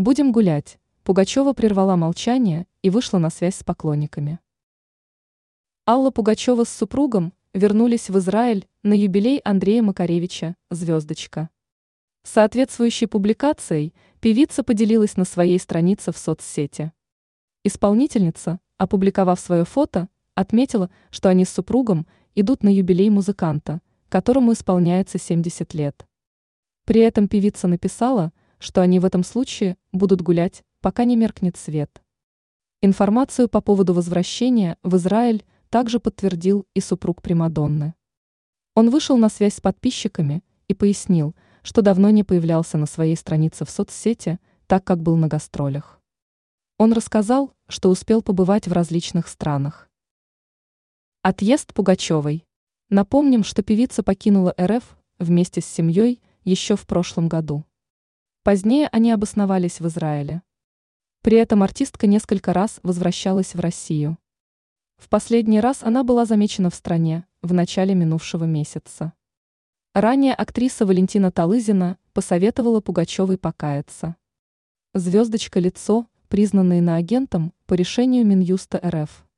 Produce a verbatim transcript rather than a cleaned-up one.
Будем гулять. Пугачева прервала молчание и вышла на связь с поклонниками. Алла Пугачева с супругом вернулись в Израиль на юбилей Андрея Макаревича «Звездочка». Соответствующей публикацией певица поделилась на своей странице в соцсети. Исполнительница, опубликовав свое фото, отметила, что они с супругом идут на юбилей музыканта, которому исполняется семьдесят лет. При этом певица написала, что они в этом случае будут гулять, пока не меркнет свет. Информацию по поводу возвращения в Израиль также подтвердил и супруг примадонны. Он вышел на связь с подписчиками и пояснил, что давно не появлялся на своей странице в соцсети, так как был на гастролях. Он рассказал, что успел побывать в различных странах. Отъезд Пугачевой. Напомним, что певица покинула эр эф вместе с семьей еще в прошлом году. Позднее они обосновались в Израиле. При этом артистка несколько раз возвращалась в Россию. В последний раз она была замечена в стране в начале минувшего месяца. Ранее актриса Валентина Талызина посоветовала Пугачевой покаяться. Звездочка лицо, признанное иноагентом по решению Минюста эр эф.